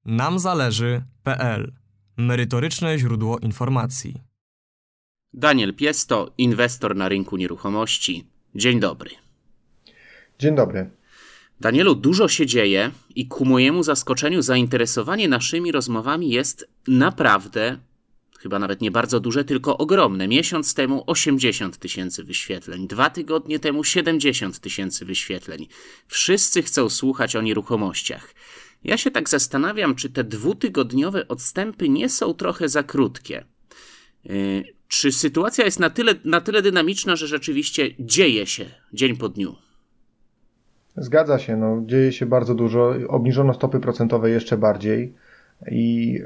namzależy.pl. Merytoryczne źródło informacji. Daniel Piesto, inwestor na rynku nieruchomości. Dzień dobry. Dzień dobry. Danielu, dużo się dzieje i ku mojemu zaskoczeniu zainteresowanie naszymi rozmowami jest naprawdę, chyba nawet nie bardzo duże, tylko ogromne. Miesiąc temu 80 000 wyświetleń, 2 tygodnie temu 70 000 wyświetleń. Wszyscy chcą słuchać o nieruchomościach. Ja się tak zastanawiam, czy te dwutygodniowe odstępy nie są trochę za krótkie. Czy sytuacja jest na tyle dynamiczna, że rzeczywiście dzieje się dzień po dniu? Zgadza się, dzieje się bardzo dużo. Obniżono stopy procentowe jeszcze bardziej i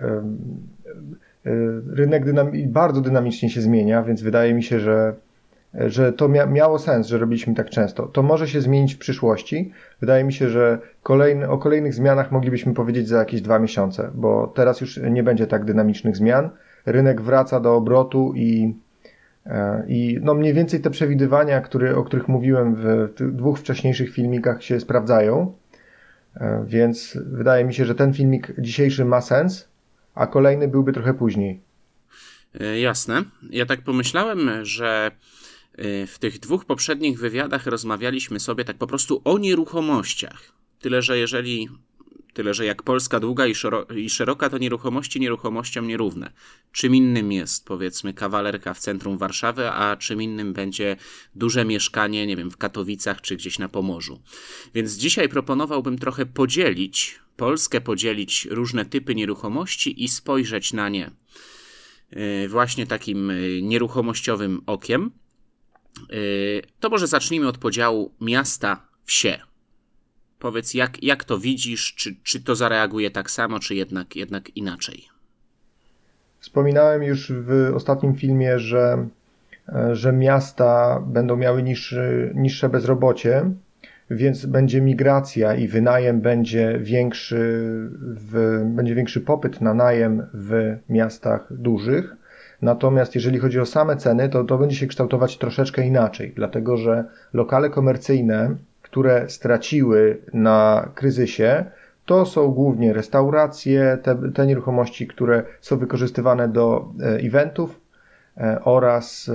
rynek bardzo dynamicznie się zmienia, więc wydaje mi się, że to miało sens, że robiliśmy tak często. To może się zmienić w przyszłości. Wydaje mi się, że o kolejnych zmianach moglibyśmy powiedzieć za jakieś 2 miesiące, bo teraz już nie będzie tak dynamicznych zmian. Rynek wraca do obrotu i mniej więcej te przewidywania, o których mówiłem w tych 2 wcześniejszych filmikach, się sprawdzają. Więc wydaje mi się, że ten filmik dzisiejszy ma sens, a kolejny byłby trochę później. Jasne. Ja tak pomyślałem, że w tych 2 poprzednich wywiadach rozmawialiśmy sobie tak po prostu o nieruchomościach. Tyle, że jak Polska długa i szeroka, to nieruchomości nieruchomościom nierówne. Czym innym jest, powiedzmy, kawalerka w centrum Warszawy, a czym innym będzie duże mieszkanie, nie wiem, w Katowicach czy gdzieś na Pomorzu. Więc dzisiaj proponowałbym trochę Polskę podzielić różne typy nieruchomości i spojrzeć na nie właśnie takim nieruchomościowym okiem. To może zacznijmy od podziału miasta-wsie. Powiedz, jak to widzisz, czy to zareaguje tak samo, czy jednak inaczej? Wspominałem już w ostatnim filmie, że miasta będą miały niższe bezrobocie, więc będzie migracja i wynajem będzie większy popyt na najem w miastach dużych. Natomiast jeżeli chodzi o same ceny, to będzie się kształtować troszeczkę inaczej, dlatego że lokale komercyjne, które straciły na kryzysie, to są głównie restauracje, te nieruchomości, które są wykorzystywane do eventów oraz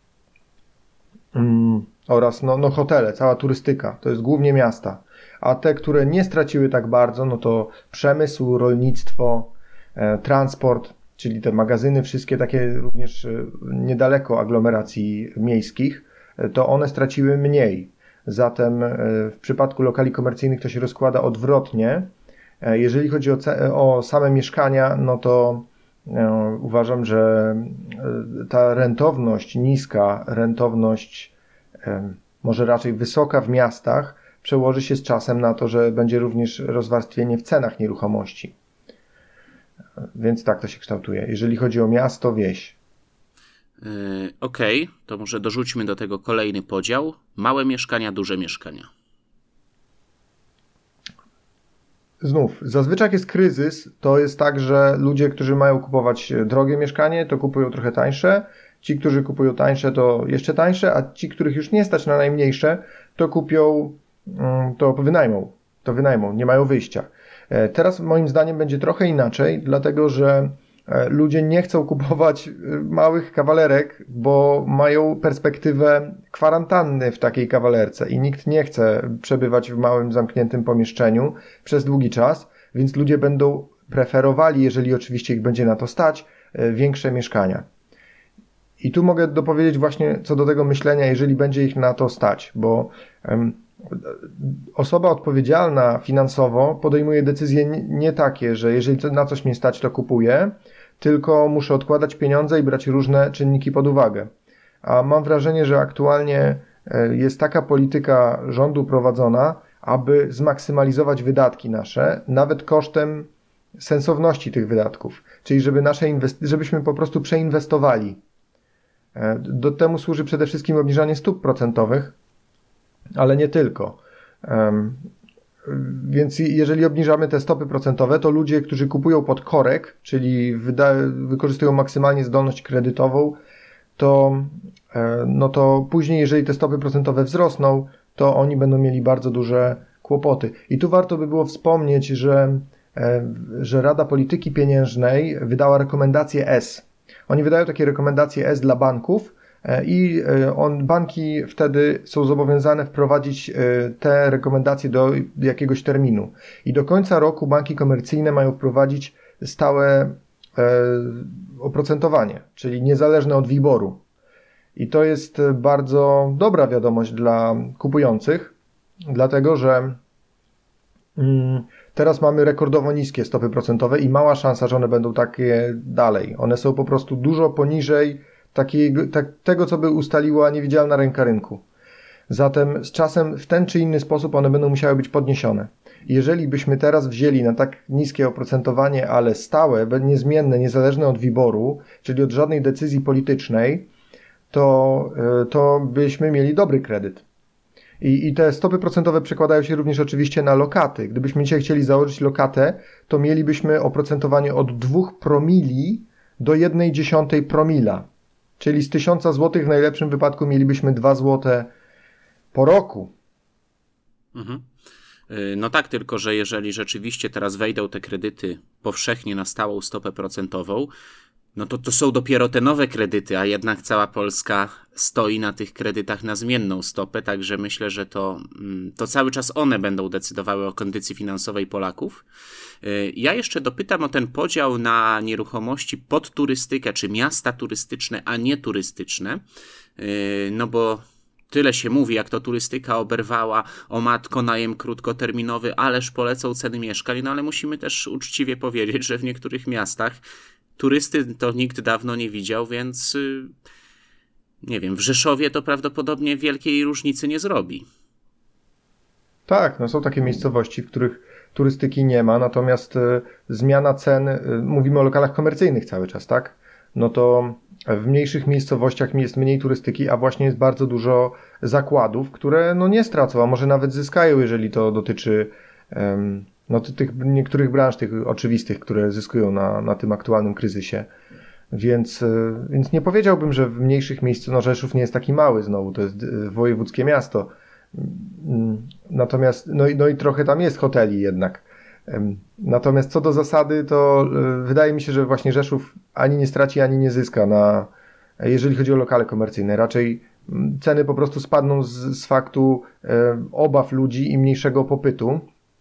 hotele, cała turystyka, to jest głównie miasta. A te, które nie straciły tak bardzo, to przemysł, rolnictwo, transport, czyli te magazyny wszystkie takie również niedaleko aglomeracji miejskich, to one straciły mniej. Zatem w przypadku lokali komercyjnych to się rozkłada odwrotnie. Jeżeli chodzi o same mieszkania, to uważam, że ta niska rentowność, może raczej wysoka w miastach, przełoży się z czasem na to, że będzie również rozwarstwienie w cenach nieruchomości. Więc tak to się kształtuje. Jeżeli chodzi o miasto, wieś. Okej, to może dorzućmy do tego kolejny podział. Małe mieszkania, duże mieszkania. Znów, zazwyczaj jak jest kryzys, to jest tak, że ludzie, którzy mają kupować drogie mieszkanie, to kupują trochę tańsze. Ci, którzy kupują tańsze, to jeszcze tańsze, a ci, których już nie stać na najmniejsze, to wynajmą, nie mają wyjścia. Teraz moim zdaniem będzie trochę inaczej, dlatego że ludzie nie chcą kupować małych kawalerek, bo mają perspektywę kwarantanny w takiej kawalerce i nikt nie chce przebywać w małym, zamkniętym pomieszczeniu przez długi czas, więc ludzie będą preferowali, jeżeli oczywiście ich będzie na to stać, większe mieszkania. I tu mogę dopowiedzieć właśnie co do tego myślenia, jeżeli będzie ich na to stać, bo osoba odpowiedzialna finansowo podejmuje decyzje nie takie, że jeżeli na coś mnie stać, to kupuję, tylko muszę odkładać pieniądze i brać różne czynniki pod uwagę. A mam wrażenie, że aktualnie jest taka polityka rządu prowadzona, aby zmaksymalizować wydatki nasze, nawet kosztem sensowności tych wydatków. Czyli żebyśmy po prostu przeinwestowali. Do temu służy przede wszystkim obniżanie stóp procentowych, ale nie tylko. Więc jeżeli obniżamy te stopy procentowe, to ludzie, którzy kupują pod korek, czyli wykorzystują maksymalnie zdolność kredytową, to później, jeżeli te stopy procentowe wzrosną, to oni będą mieli bardzo duże kłopoty. I tu warto by było wspomnieć, że że Rada Polityki Pieniężnej wydała rekomendację S. Oni wydają takie rekomendacje S dla banków i banki wtedy są zobowiązane wprowadzić te rekomendacje do jakiegoś terminu. I do końca roku banki komercyjne mają wprowadzić stałe oprocentowanie, czyli niezależne od WIBOR-u. I to jest bardzo dobra wiadomość dla kupujących, dlatego że teraz mamy rekordowo niskie stopy procentowe i mała szansa, że one będą takie dalej. One są po prostu dużo poniżej tego, co by ustaliła niewidzialna ręka rynku. Zatem z czasem w ten czy inny sposób one będą musiały być podniesione. Jeżeli byśmy teraz wzięli na tak niskie oprocentowanie, ale stałe, niezmienne, niezależne od WIBOR-u, czyli od żadnej decyzji politycznej, to byśmy mieli dobry kredyt. I te stopy procentowe przekładają się również oczywiście na lokaty. Gdybyśmy dzisiaj chcieli założyć lokatę, to mielibyśmy oprocentowanie od 2 promili do 1,1 promila. Czyli z 1000 zł w najlepszym wypadku mielibyśmy 2 zł po roku. Mhm. No tak, tylko że jeżeli rzeczywiście teraz wejdą te kredyty powszechnie na stałą stopę procentową, no to są dopiero te nowe kredyty, a jednak cała Polska stoi na tych kredytach na zmienną stopę, także myślę, że to cały czas one będą decydowały o kondycji finansowej Polaków. Ja jeszcze dopytam o ten podział na nieruchomości pod turystykę, czy miasta turystyczne, a nie turystyczne, no bo tyle się mówi, jak to turystyka oberwała, o matko, najem krótkoterminowy, ależ polecą ceny mieszkań, no ale musimy też uczciwie powiedzieć, że w niektórych miastach turysty to nikt dawno nie widział, więc nie wiem, w Rzeszowie to prawdopodobnie wielkiej różnicy nie zrobi. Tak, no są takie miejscowości, w których turystyki nie ma, natomiast zmiana cen, mówimy o lokalach komercyjnych cały czas, tak? No to w mniejszych miejscowościach jest mniej turystyki, a właśnie jest bardzo dużo zakładów, które no nie stracą, a może nawet zyskają, jeżeli to dotyczy tych niektórych branż, tych oczywistych, które zyskują na tym aktualnym kryzysie. Więc nie powiedziałbym, że w mniejszych miejscach, no Rzeszów nie jest taki mały znowu, to jest wojewódzkie miasto. Natomiast, no i trochę tam jest hoteli jednak. Natomiast co do zasady, to wydaje mi się, że właśnie Rzeszów ani nie straci, ani nie zyska jeżeli chodzi o lokale komercyjne. Raczej ceny po prostu spadną z faktu obaw ludzi i mniejszego popytu,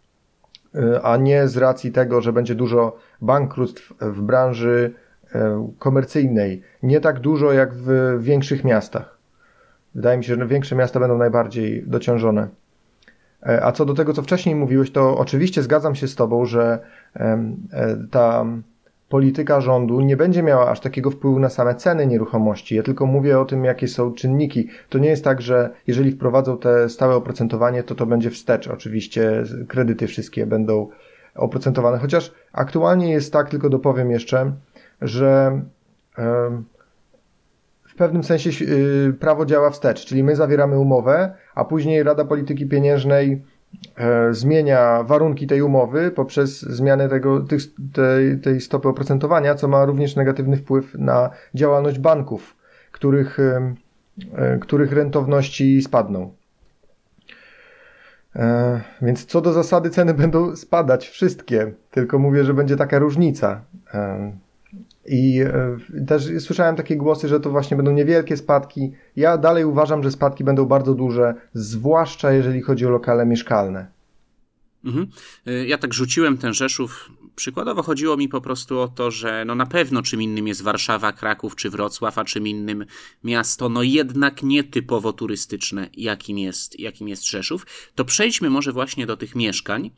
a nie z racji tego, że będzie dużo bankructw w branży komercyjnej. Nie tak dużo jak w większych miastach. Wydaje mi się, że większe miasta będą najbardziej dociążone. A co do tego, co wcześniej mówiłeś, to oczywiście zgadzam się z Tobą, że ta polityka rządu nie będzie miała aż takiego wpływu na same ceny nieruchomości. Ja tylko mówię o tym, jakie są czynniki. To nie jest tak, że jeżeli wprowadzą te stałe oprocentowanie, to będzie wstecz. Oczywiście kredyty wszystkie będą oprocentowane. Chociaż aktualnie jest tak, tylko dopowiem jeszcze, że w pewnym sensie prawo działa wstecz, czyli my zawieramy umowę, a później Rada Polityki Pieniężnej zmienia warunki tej umowy poprzez zmianę tej stopy oprocentowania, co ma również negatywny wpływ na działalność banków, których rentowności spadną. Więc co do zasady ceny będą spadać wszystkie, tylko mówię, że będzie taka różnica. I też słyszałem takie głosy, że to właśnie będą niewielkie spadki. Ja dalej uważam, że spadki będą bardzo duże, zwłaszcza jeżeli chodzi o lokale mieszkalne. Ja tak rzuciłem ten Rzeszów. Przykładowo chodziło mi po prostu o to, że no na pewno czym innym jest Warszawa, Kraków czy Wrocław, a czym innym miasto, no jednak nie typowo turystyczne, jakim jest Rzeszów. To przejdźmy może właśnie do tych mieszkań.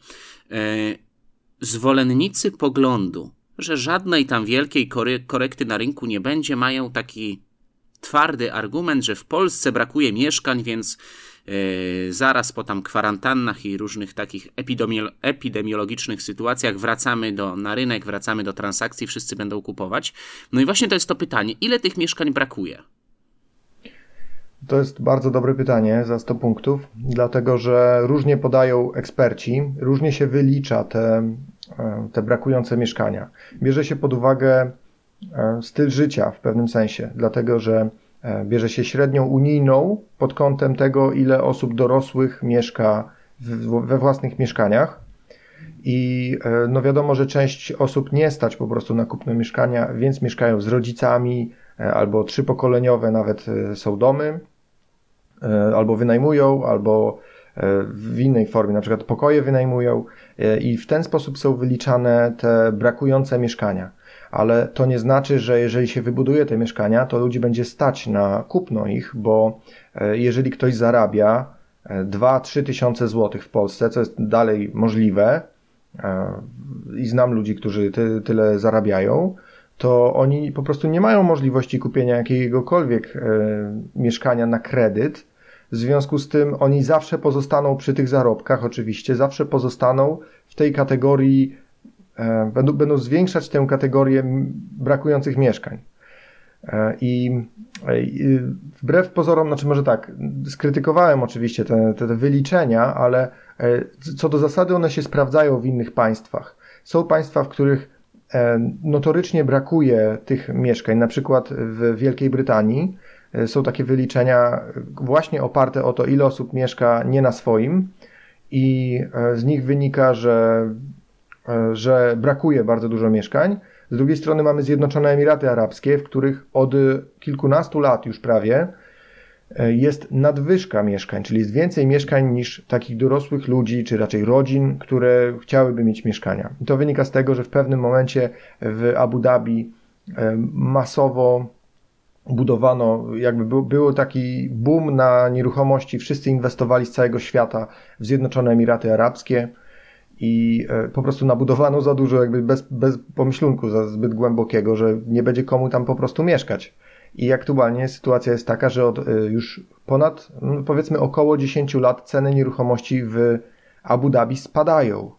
Zwolennicy poglądu, że żadnej tam wielkiej korekty na rynku nie będzie, mają taki twardy argument, że w Polsce brakuje mieszkań, więc zaraz po tam kwarantannach i różnych takich epidemiologicznych sytuacjach wracamy na rynek, wracamy do transakcji, wszyscy będą kupować. No i właśnie to jest to pytanie, ile tych mieszkań brakuje? To jest bardzo dobre pytanie za 100 punktów, dlatego że różnie podają eksperci, różnie się wylicza te brakujące mieszkania. Bierze się pod uwagę styl życia w pewnym sensie, dlatego że bierze się średnią unijną pod kątem tego, ile osób dorosłych mieszka we własnych mieszkaniach i no wiadomo, że część osób nie stać po prostu na kupno mieszkania, więc mieszkają z rodzicami albo 3-pokoleniowe nawet są domy, albo wynajmują, albo w innej formie, na przykład pokoje wynajmują i w ten sposób są wyliczane te brakujące mieszkania. Ale to nie znaczy, że jeżeli się wybuduje te mieszkania, to ludzi będzie stać na kupno ich, bo jeżeli ktoś zarabia 2-3 tysiące złotych w Polsce, co jest dalej możliwe i znam ludzi, którzy tyle zarabiają, to oni po prostu nie mają możliwości kupienia jakiegokolwiek mieszkania na kredyt. W związku z tym oni zawsze pozostaną przy tych zarobkach, oczywiście, zawsze pozostaną w tej kategorii, będą zwiększać tę kategorię brakujących mieszkań. I wbrew pozorom, znaczy może tak, skrytykowałem oczywiście te wyliczenia, ale co do zasady one się sprawdzają w innych państwach. Są państwa, w których notorycznie brakuje tych mieszkań, na przykład w Wielkiej Brytanii są takie wyliczenia właśnie oparte o to, ile osób mieszka nie na swoim i z nich wynika, że brakuje bardzo dużo mieszkań. Z drugiej strony mamy Zjednoczone Emiraty Arabskie, w których od kilkunastu lat już prawie jest nadwyżka mieszkań, czyli jest więcej mieszkań niż takich dorosłych ludzi, czy raczej rodzin, które chciałyby mieć mieszkania. I to wynika z tego, że w pewnym momencie w Abu Dhabi masowo budowano, jakby był taki boom na nieruchomości, wszyscy inwestowali z całego świata w Zjednoczone Emiraty Arabskie i po prostu nabudowano za dużo, jakby bez pomyślunku za zbyt głębokiego, że nie będzie komu tam po prostu mieszkać. I aktualnie sytuacja jest taka, że od już ponad, powiedzmy około 10 lat ceny nieruchomości w Abu Dhabi spadają.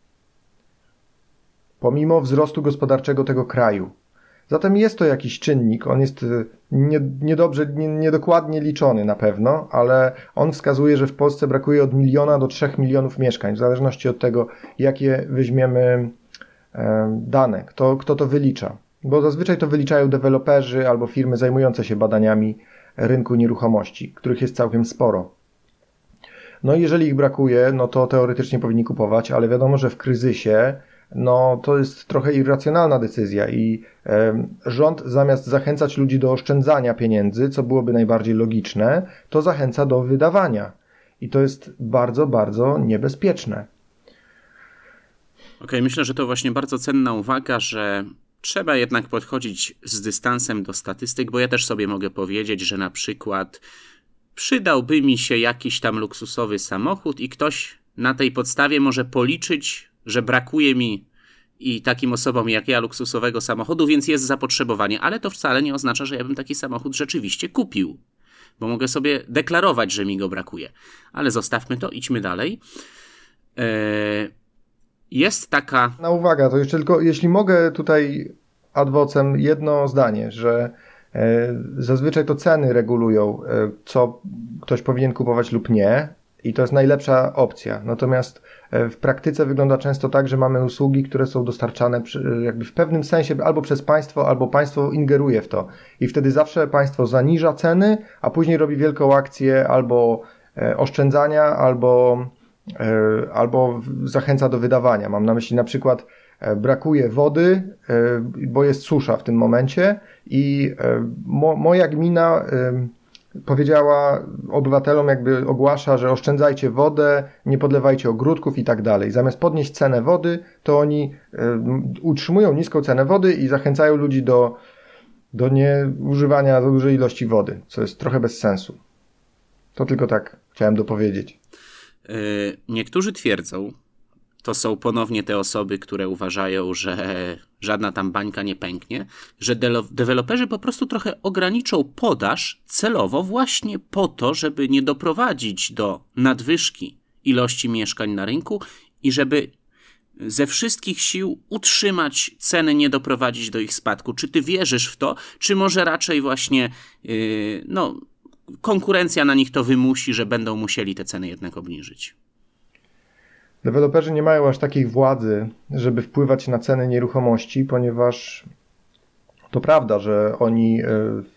Pomimo wzrostu gospodarczego tego kraju. Zatem jest to jakiś czynnik, on jest niedokładnie liczony na pewno, ale on wskazuje, że w Polsce brakuje od 1 miliona do 3 milionów mieszkań, w zależności od tego, jakie weźmiemy dane, kto to wylicza. Bo zazwyczaj to wyliczają deweloperzy albo firmy zajmujące się badaniami rynku nieruchomości, których jest całkiem sporo. No i jeżeli ich brakuje, no to teoretycznie powinni kupować, ale wiadomo, że w kryzysie no to jest trochę irracjonalna decyzja i rząd zamiast zachęcać ludzi do oszczędzania pieniędzy, co byłoby najbardziej logiczne, to zachęca do wydawania. I to jest bardzo, bardzo niebezpieczne. Okej, myślę, że to właśnie bardzo cenna uwaga, że trzeba jednak podchodzić z dystansem do statystyk, bo ja też sobie mogę powiedzieć, że na przykład przydałby mi się jakiś tam luksusowy samochód i ktoś na tej podstawie może policzyć, że brakuje mi i takim osobom jak ja luksusowego samochodu, więc jest zapotrzebowanie, ale to wcale nie oznacza, że ja bym taki samochód rzeczywiście kupił, bo mogę sobie deklarować, że mi go brakuje. Ale zostawmy to, idźmy dalej. Jest taka... Na uwaga, to jeszcze tylko, jeśli mogę tutaj ad vocem jedno zdanie, że zazwyczaj to ceny regulują, co ktoś powinien kupować lub nie i to jest najlepsza opcja. Natomiast w praktyce wygląda często tak, że mamy usługi, które są dostarczane jakby w pewnym sensie albo przez państwo, albo państwo ingeruje w to i wtedy zawsze państwo zaniża ceny, a później robi wielką akcję albo oszczędzania, albo zachęca do wydawania. Mam na myśli na przykład brakuje wody, bo jest susza w tym momencie i moja gmina powiedziała obywatelom, jakby ogłasza, że oszczędzajcie wodę, nie podlewajcie ogródków i tak dalej. Zamiast podnieść cenę wody, to oni utrzymują niską cenę wody i zachęcają ludzi do nieużywania za dużej ilości wody, co jest trochę bez sensu. To tylko tak chciałem dopowiedzieć. Niektórzy twierdzą, to są ponownie te osoby, które uważają, że żadna tam bańka nie pęknie, że deweloperzy po prostu trochę ograniczą podaż celowo właśnie po to, żeby nie doprowadzić do nadwyżki ilości mieszkań na rynku i żeby ze wszystkich sił utrzymać ceny, nie doprowadzić do ich spadku. Czy ty wierzysz w to, czy może raczej właśnie konkurencja na nich to wymusi, że będą musieli te ceny jednak obniżyć? Deweloperzy nie mają aż takiej władzy, żeby wpływać na ceny nieruchomości, ponieważ to prawda, że oni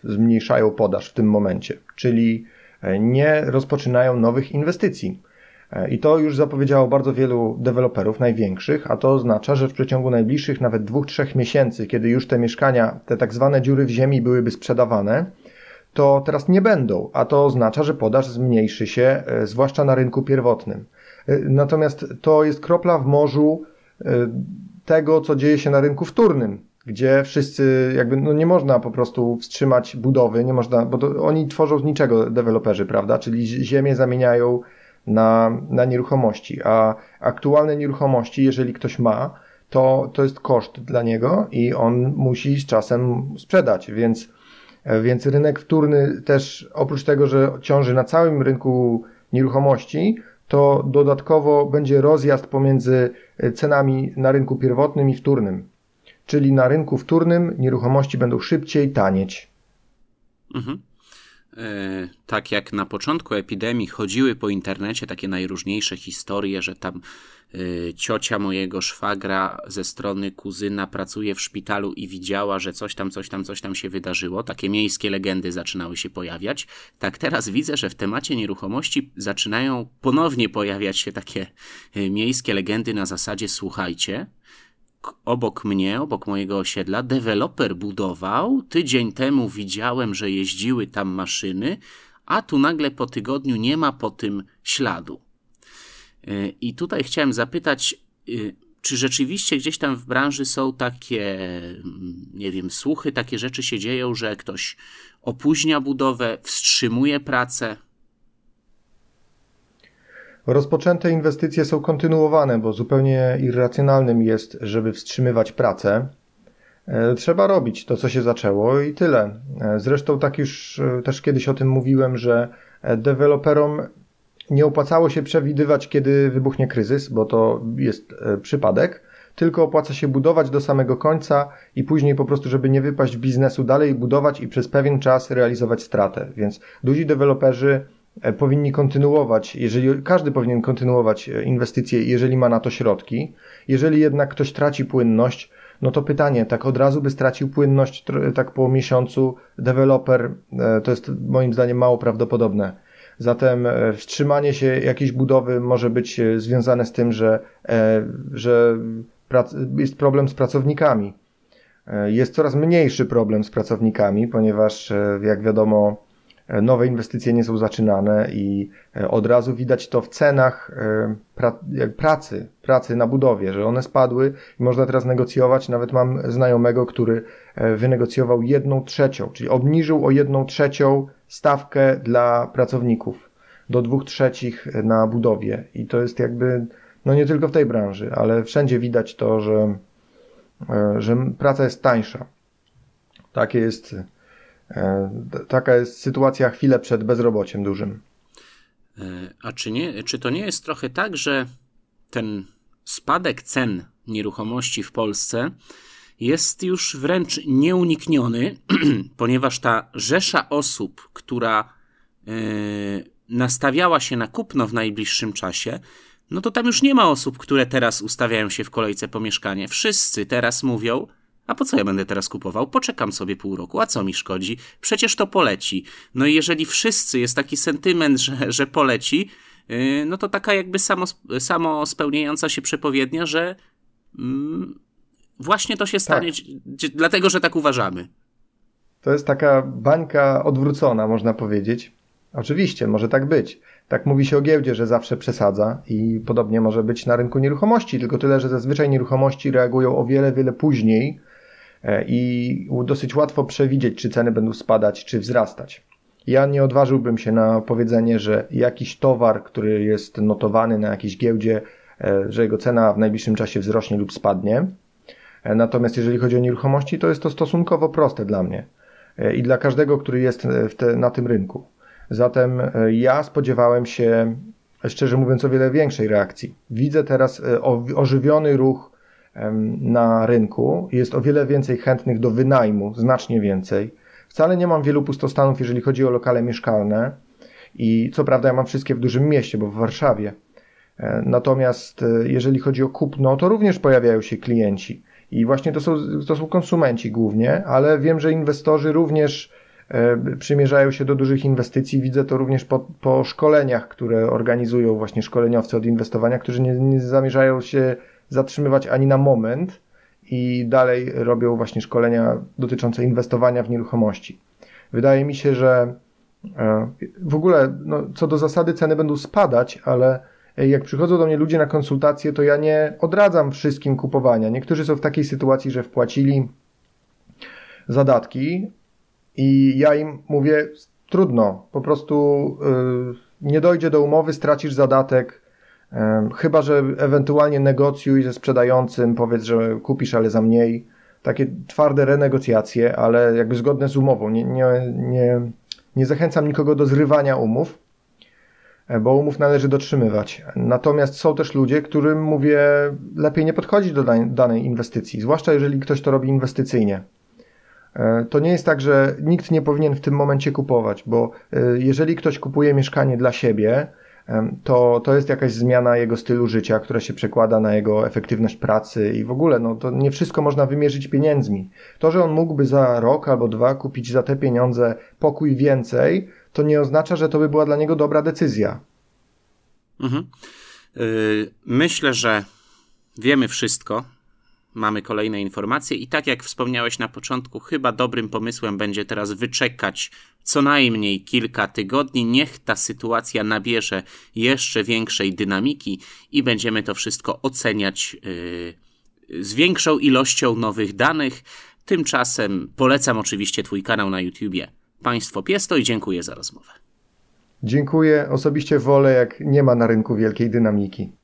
zmniejszają podaż w tym momencie, czyli nie rozpoczynają nowych inwestycji. I to już zapowiedziało bardzo wielu deweloperów największych, a to oznacza, że w przeciągu najbliższych nawet 2-3 miesięcy, kiedy już te mieszkania, te tak zwane dziury w ziemi byłyby sprzedawane, to teraz nie będą, a to oznacza, że podaż zmniejszy się, zwłaszcza na rynku pierwotnym. Natomiast to jest kropla w morzu tego, co dzieje się na rynku wtórnym, gdzie wszyscy nie można po prostu wstrzymać budowy, nie można, bo oni tworzą z niczego deweloperzy, prawda? Czyli ziemię zamieniają na nieruchomości, a aktualne nieruchomości, jeżeli ktoś ma, to jest koszt dla niego i on musi z czasem sprzedać, więc rynek wtórny też oprócz tego, że ciąży na całym rynku nieruchomości, to dodatkowo będzie rozjazd pomiędzy cenami na rynku pierwotnym i wtórnym. Czyli na rynku wtórnym nieruchomości będą szybciej tanieć. Mhm. Tak jak na początku epidemii chodziły po internecie takie najróżniejsze historie, że tam ciocia mojego szwagra ze strony kuzyna pracuje w szpitalu i widziała, że coś tam się wydarzyło. Takie miejskie legendy zaczynały się pojawiać. Tak teraz widzę, że w temacie nieruchomości zaczynają ponownie pojawiać się takie miejskie legendy na zasadzie słuchajcie, obok mnie, obok mojego osiedla, deweloper budował. Tydzień temu widziałem, że jeździły tam maszyny, a tu nagle po tygodniu nie ma po tym śladu. I tutaj chciałem zapytać, czy rzeczywiście gdzieś tam w branży są takie, nie wiem, słuchy, takie rzeczy się dzieją, że ktoś opóźnia budowę, wstrzymuje pracę? Rozpoczęte inwestycje są kontynuowane, bo zupełnie irracjonalnym jest, żeby wstrzymywać pracę. Trzeba robić to, co się zaczęło i tyle. Zresztą tak już też kiedyś o tym mówiłem, że deweloperom nie opłacało się przewidywać, kiedy wybuchnie kryzys, bo to jest przypadek, tylko opłaca się budować do samego końca i później po prostu, żeby nie wypaść w biznesu, dalej budować i przez pewien czas realizować stratę. Więc duzi deweloperzy powinni kontynuować, każdy powinien kontynuować inwestycje, jeżeli ma na to środki. Jeżeli jednak ktoś traci płynność, no to pytanie, tak od razu by stracił płynność, tak po miesiącu deweloper, to jest moim zdaniem mało prawdopodobne. Zatem wstrzymanie się jakiejś budowy może być związane z tym, że jest problem z pracownikami. Jest coraz mniejszy problem z pracownikami, ponieważ jak wiadomo nowe inwestycje nie są zaczynane i od razu widać to w cenach pracy na budowie, że one spadły i można teraz negocjować. Nawet mam znajomego, który wynegocjował 1/3, czyli obniżył o 1/3 stawkę dla pracowników do 2/3 na budowie. I to jest no nie tylko w tej branży, ale wszędzie widać to, że praca jest tańsza. Taka jest sytuacja chwilę przed bezrobociem dużym. A czy to nie jest trochę tak, że ten spadek cen nieruchomości w Polsce jest już wręcz nieunikniony, ponieważ ta rzesza osób, która nastawiała się na kupno w najbliższym czasie, no to tam już nie ma osób, które teraz ustawiają się w kolejce po mieszkanie. Wszyscy teraz mówią, a po co ja będę teraz kupował? Poczekam sobie pół roku, a co mi szkodzi? Przecież to poleci. No i jeżeli wszyscy, jest taki sentyment, że poleci, no to taka jakby samo spełniająca się przepowiednia, że właśnie to się stanie, dlatego, że tak uważamy. To jest taka bańka odwrócona, można powiedzieć. Oczywiście, może tak być. Tak mówi się o giełdzie, że zawsze przesadza i podobnie może być na rynku nieruchomości, tylko tyle, że zazwyczaj nieruchomości reagują o wiele, wiele później i dosyć łatwo przewidzieć, czy ceny będą spadać, czy wzrastać. Ja nie odważyłbym się na powiedzenie, że jakiś towar, który jest notowany na jakiejś giełdzie, że jego cena w najbliższym czasie wzrośnie lub spadnie. Natomiast jeżeli chodzi o nieruchomości, to jest to stosunkowo proste dla mnie i dla każdego, który jest na tym rynku. Zatem ja spodziewałem się, szczerze mówiąc, o wiele większej reakcji. Widzę teraz ożywiony ruch na rynku. Jest o wiele więcej chętnych do wynajmu, znacznie więcej. Wcale nie mam wielu pustostanów, jeżeli chodzi o lokale mieszkalne. I co prawda ja mam wszystkie w dużym mieście, bo w Warszawie. Natomiast jeżeli chodzi o kupno, to również pojawiają się klienci. I właśnie to są konsumenci głównie, ale wiem, że inwestorzy również przymierzają się do dużych inwestycji. Widzę to również po szkoleniach, które organizują właśnie szkoleniowcy od inwestowania, którzy nie zamierzają się zatrzymywać ani na moment i dalej robią właśnie szkolenia dotyczące inwestowania w nieruchomości. Wydaje mi się, że w ogóle co do zasady ceny będą spadać, ale jak przychodzą do mnie ludzie na konsultacje, to ja nie odradzam wszystkim kupowania. Niektórzy są w takiej sytuacji, że wpłacili zadatki i ja im mówię, trudno, po prostu nie dojdzie do umowy, stracisz zadatek, chyba że ewentualnie negocjuj ze sprzedającym, powiedz, że kupisz, ale za mniej. Takie twarde renegocjacje, ale jakby zgodne z umową. Nie zachęcam nikogo do zrywania umów, bo umów należy dotrzymywać. Natomiast są też ludzie, którym mówię, lepiej nie podchodzić do danej inwestycji, zwłaszcza jeżeli ktoś to robi inwestycyjnie. To nie jest tak, że nikt nie powinien w tym momencie kupować, bo jeżeli ktoś kupuje mieszkanie dla siebie, to jest jakaś zmiana jego stylu życia, która się przekłada na jego efektywność pracy i w ogóle to nie wszystko można wymierzyć pieniędzmi. To, że on mógłby za rok albo 2 kupić za te pieniądze pokój więcej, to nie oznacza, że to by była dla niego dobra decyzja. Myślę, że wiemy wszystko. Mamy kolejne informacje i tak jak wspomniałeś na początku, chyba dobrym pomysłem będzie teraz wyczekać co najmniej kilka tygodni. Niech ta sytuacja nabierze jeszcze większej dynamiki i będziemy to wszystko oceniać z większą ilością nowych danych. Tymczasem polecam oczywiście Twój kanał na YouTubie Państwo Piesto i dziękuję za rozmowę. Dziękuję. Osobiście wolę, jak nie ma na rynku wielkiej dynamiki.